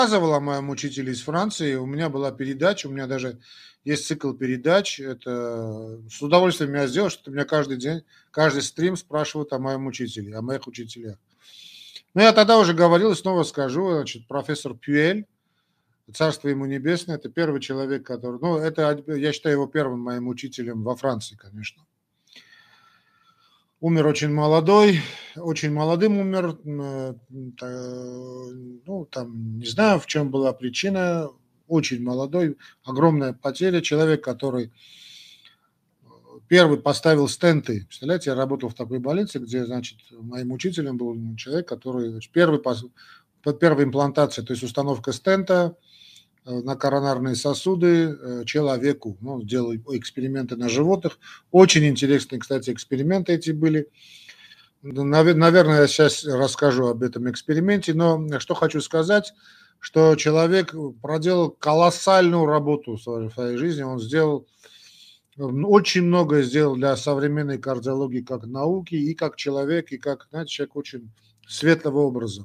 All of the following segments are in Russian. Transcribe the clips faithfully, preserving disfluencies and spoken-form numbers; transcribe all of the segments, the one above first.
рассказывал о моем учителе из Франции. У меня была передача, у меня даже есть цикл передач. Это с удовольствием я сделал, что меня каждый день, каждый стрим спрашивают о моем учителе, о моих учителях. Но я тогда уже говорил и снова скажу, значит, профессор Пюэль, царство ему небесное, это первый человек, который, ну, это, я считаю его первым моим учителем во Франции, конечно. Умер очень молодой, очень молодым умер. Э, ну, там, не знаю, в чем была причина. Очень молодой, огромная потеря. Человек, который первый поставил стенты. Представляете, я работал в такой больнице, где, значит, моим учителем был человек, который значит, первый, первая имплантация, то есть установка стента на коронарные сосуды человеку. Ну, делал эксперименты на животных. Очень интересные, кстати, эксперименты эти были. Наверное, я сейчас расскажу об этом эксперименте, но что хочу сказать, что человек проделал колоссальную работу в своей жизни. Он сделал, очень многое сделал для современной кардиологии как науки, и как человек, и как, знаете, человек очень светлого образа.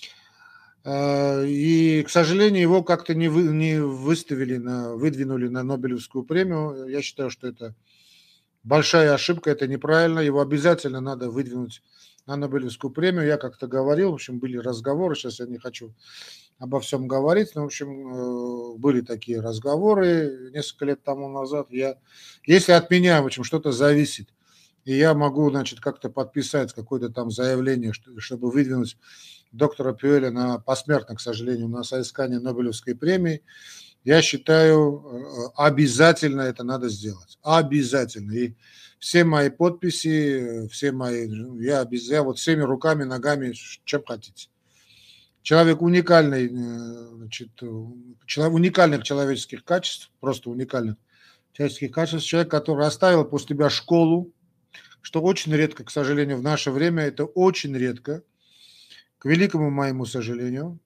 И, к сожалению, его как-то не, вы, не выставили, на, выдвинули на Нобелевскую премию. Я считаю, что это большая ошибка, это неправильно. Его обязательно надо выдвинуть на Нобелевскую премию. Я как-то говорил, в общем, были разговоры, сейчас я не хочу обо всем говорить, но, в общем, были такие разговоры несколько лет тому назад. Я, если от меня, в общем, что-то зависит, и я могу, значит, как-то подписать какое-то там заявление, чтобы выдвинуть доктора Пюэля на посмертно, к сожалению, на соискание Нобелевской премии, я считаю, обязательно это надо сделать. Обязательно. И все мои подписи, все мои, я, я вот всеми руками, ногами, чем хотите. Человек уникальный, значит, человек, уникальных человеческих качеств, просто уникальных человеческих качеств. Человек, который оставил после себя школу, что очень редко, к сожалению, в наше время, это очень редко, к великому моему сожалению.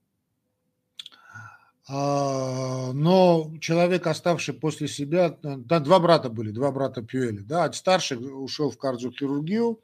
Но человек, оставший после себя, да, два брата были, два брата Пюэля, да, старший ушел в кардиохирургию,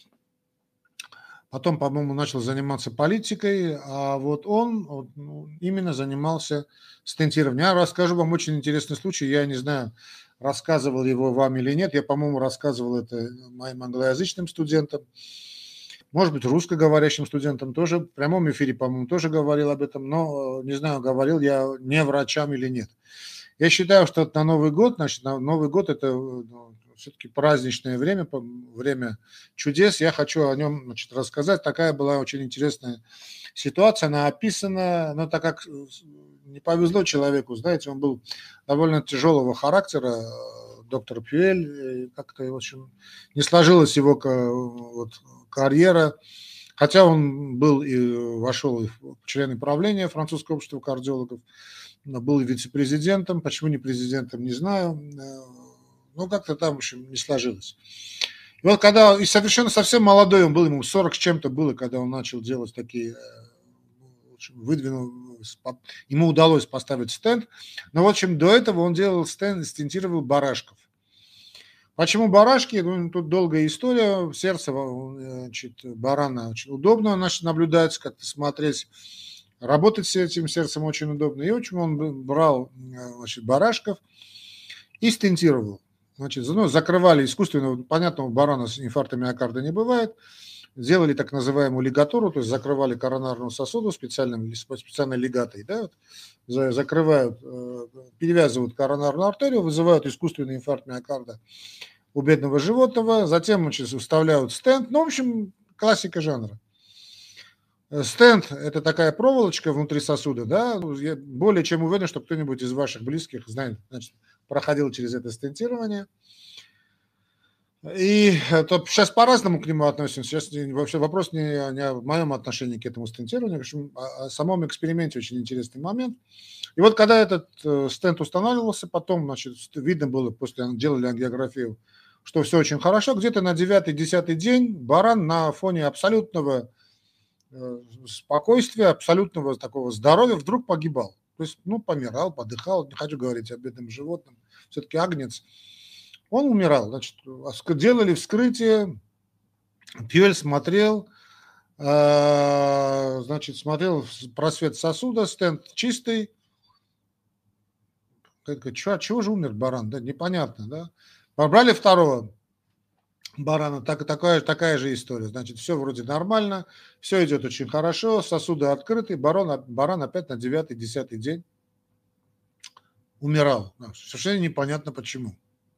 потом, по-моему, начал заниматься политикой, а вот он вот, ну, именно занимался стентированием. Я расскажу вам очень интересный случай, я не знаю, рассказывал его вам или нет, я, по-моему, рассказывал это моим англоязычным студентам. Может быть, русскоговорящим студентам тоже, в прямом эфире, по-моему, тоже говорил об этом, но не знаю, говорил я не врачам или нет. Я считаю, что на Новый год, значит, на Новый год это ну, все-таки праздничное время, время чудес. Я хочу о нем, значит, рассказать. Такая была очень интересная ситуация, она описана, но так как не повезло человеку, знаете, он был довольно тяжелого характера, доктор Пюэль, как-то, в общем, не сложилась его вот, карьера, хотя он был и вошел в члены правления французского общества кардиологов, был и вице-президентом, почему не президентом, не знаю, но как-то там, в общем, не сложилось. И вот когда, и совершенно совсем молодой он был, ему сорок с чем-то было, когда он начал делать такие, в общем, выдвинул, ему удалось поставить стенд, но, в общем, до этого он делал стенд, стентировал барашков. Почему барашки? Ну, тут долгая история. Сердце, значит, барана очень удобно, значит, наблюдать, как-то смотреть. Работать с этим сердцем очень удобно. И очень он брал, значит, барашков и стентировал. Значит, ну, закрывали искусственно, понятно, у барана с инфарктом миокарда не бывает. Сделали так называемую лигатуру, то есть закрывали коронарную сосуду специальным, специальной лигатой, да, вот, закрывают, перевязывают коронарную артерию, вызывают искусственный инфаркт миокарда у бедного животного, затем, значит, вставляют стенд, ну, в общем, классика жанра. Стенд – это такая проволочка внутри сосуда, да, я более чем уверен, что кто-нибудь из ваших близких знает, значит, проходил через это стентирование. И то сейчас по-разному к нему относимся. Сейчас вообще вопрос не, не о моем отношении к этому стентированию, в общем, о, о самом эксперименте очень интересный момент. И вот когда этот э, стенд устанавливался, потом, значит, видно было, после делали ангиографию, что все очень хорошо. Где-то на девятый-десятый день баран на фоне абсолютного э, спокойствия, абсолютного такого здоровья вдруг погибал. То есть, ну, помирал, подыхал. Не хочу говорить о бедном животном. Все-таки агнец. Он умирал, значит, делали вскрытие, Пюэль смотрел, А, значит, смотрел в просвет сосуда, стенд чистый. Говорит: "Чё, от чего же умер баран?" Да, непонятно, да. Побрали второго барана, так такая такая же история. Значит, все вроде нормально, все идет очень хорошо, сосуды открыты, барон оп баран опять на девятый десятый день умирал. Да, совершенно непонятно почему.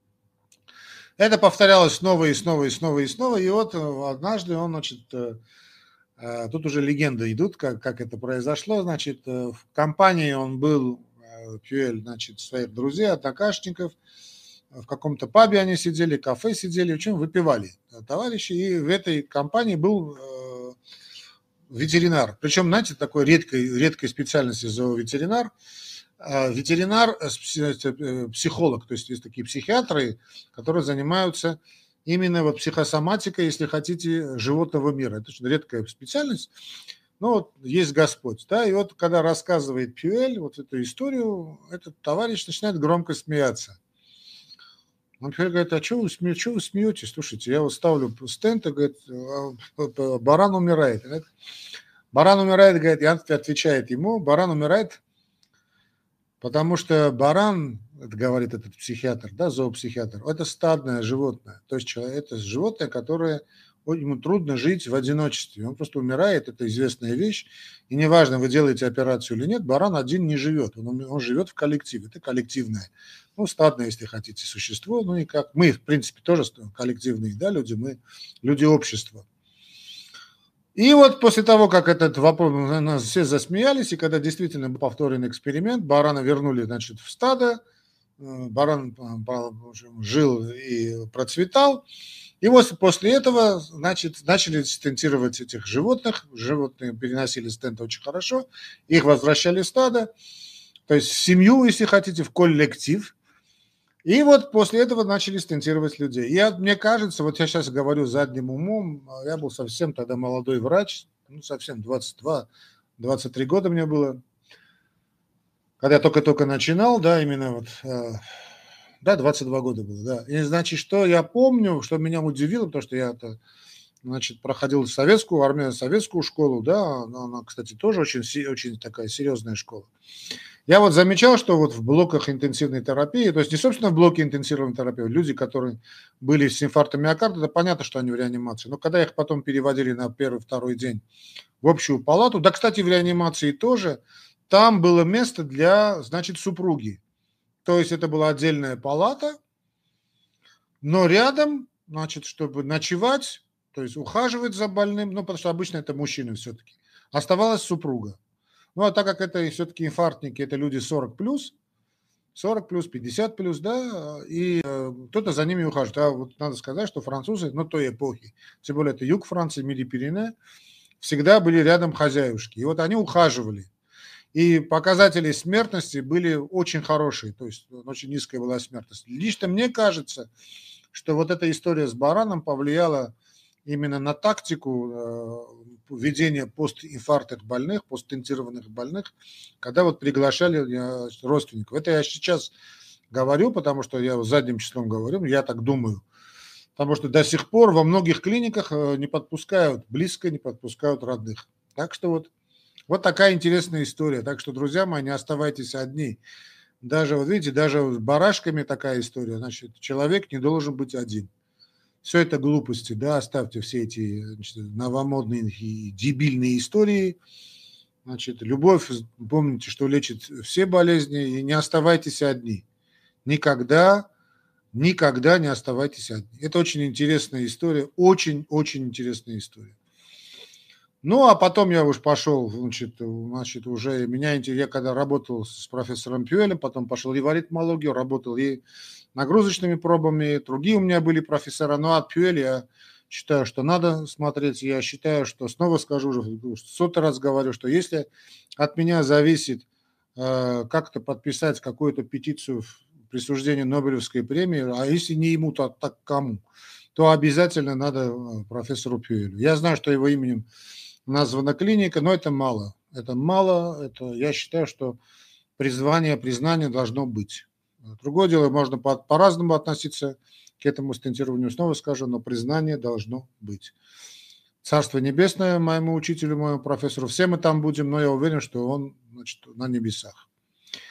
Это повторялось снова и снова, и снова, и снова. И вот, э, однажды он, значит, э, э, тут уже легенды идут, как как это произошло. Значит, э, в компании он был, э, Пюэль, значит, своих друзей, однокашников. В каком-то пабе они сидели, кафе сидели, в общем, выпивали, э, товарищи. И в этой компании был, э, ветеринар. Причем, знаете, такой редкой редкой специальности зооветеринар. А, ветеринар, э, с пси э, психолог, то есть есть такие психиатры, которые занимаются именно вот психосоматикой, если хотите, животного мира. Это очень редкая специальность, но вот есть Господь, да. И вот когда рассказывает Пюэль вот эту историю, этот товарищ начинает громко смеяться. Он Пюэль говорит: "А чё вы сме чё вы смеетесь? Слушайте, я вот ставлю п стенд, и, говорит, а, п п баран умирает". Говорит, баран умирает, говорит, и отвечает ему: "Баран умирает, потому что баран, это говорит этот психиатр, да, зоопсихиатр, это стадное животное. То есть чело это животное, которое о ему трудно жить в одиночестве. Он просто умирает, это известная вещь. И неважно, вы делаете операцию или нет, баран один не живет. Он уме он живет в коллективе. Это коллективное, ну, стадное, если хотите, существо. Ну и как мы, в принципе, тоже ст коллективные, да, люди, мы люди общества. И вот после того, как этот вопрос, на нас все засмеялись, и когда действительно был повторен эксперимент, барана вернули, значит, в стадо, э, баран па па в общем, жил и процветал. И вот после этого, значит, начали стентировать этих животных. Животные переносили стенд очень хорошо, их возвращали в стадо, то есть в семью, если хотите, в коллектив. И вот после этого начали стентировать людей. Я мне кажется, вот я сейчас говорю задним умом, а я был совсем тогда молодой врач, ну, совсем двадцать два двадцать три года мне было. Когда я только-только начинал, да, именно вот, э, да, двадцать два года было, да. И, значит, что я помню, что меня удивило, потому что я-то, значит, проходил советскую армию, советскую школу, да, она, она, кстати, тоже очень се очень такая серьезная школа. Я вот замечал, что вот в блоках интенсивной терапии, то есть не, собственно, в блоке интенсивной терапии, люди, которые были с инфарктом миокарда, это понятно, что они в реанимации, но когда их потом переводили на первый, второй день в общую палату, да, кстати, в реанимации тоже, там было место для, значит, супруги. То есть это была отдельная палата, но рядом, значит, чтобы ночевать, то есть ухаживать за больным, ну, потому что обычно это мужчины все-таки, оставалась супруга. Ну, а так как это все-таки инфарктники, это люди сорок плюс, сорок плюс, пятьдесят плюс, да, и э, кто-то за ними ухаживает. А вот надо сказать, что французы, ну, той эпохи, тем более это юг Франции, Миди-Пиренеи, всегда были рядом хозяюшки. И вот они ухаживали. И показатели смертности были очень хорошие, то есть очень низкая была смертность. Лично мне кажется, что вот эта история с бараном повлияла именно на тактику э, ведения постинфарктных больных, постентированных больных, когда вот приглашали э, родственников. Это я сейчас говорю, потому что я задним числом говорю, я так думаю. Потому что до сих пор во многих клиниках э, не подпускают близко, не подпускают родных. Так что вот, вот такая интересная история. Так что, друзья мои, не оставайтесь одни. Даже, вот видите, даже с барашками такая история. Значит, человек не должен быть один. Все это глупости, да, оставьте все эти, значит, новомодные и дебильные истории. Значит, любовь, помните, что лечит все болезни, и не оставайтесь одни. Никогда, никогда не оставайтесь одни. Это очень интересная история, очень-очень интересная история. Ну, а потом я уж пошел, значит, значит, уже меня, инте- я когда работал с профессором Пюэлем, потом пошел и в аритмологию, работал и нагрузочными пробами, другие у меня были профессора, но от Пюэля я считаю, что надо смотреть, я считаю, что, снова скажу уже, уж сотый раз говорю, что если от меня зависит э, как-то подписать какую-то петицию в присуждении Нобелевской премии, а если не ему, то так кому, то обязательно надо э, профессору Пюэлю. Я знаю, что его именем названа клиника, но это мало. Это мало. Это, я считаю, что призвание, признание должно быть. Другое дело, можно по- по-разному относиться к этому стентированию, снова скажу, но признание должно быть. Царство небесное моему учителю, моему профессору. Все мы там будем, но я уверен, что он, значит, на небесах.